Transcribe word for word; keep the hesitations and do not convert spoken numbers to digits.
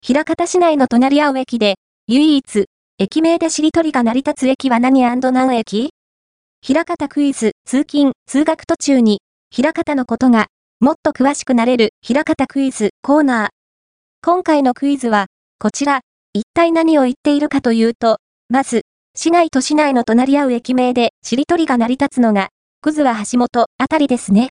枚方市内の隣り合う駅で、唯一、駅名でしりとりが成り立つ駅は何&何駅？枚方クイズ、通勤、通学途中に、枚方のことが、もっと詳しくなれる、枚方クイズコーナー。今回のクイズは、こちら、一体何を言っているかというと、まず、市内と市内の隣り合う駅名でしりとりが成り立つのが、葛は橋本あたりですね。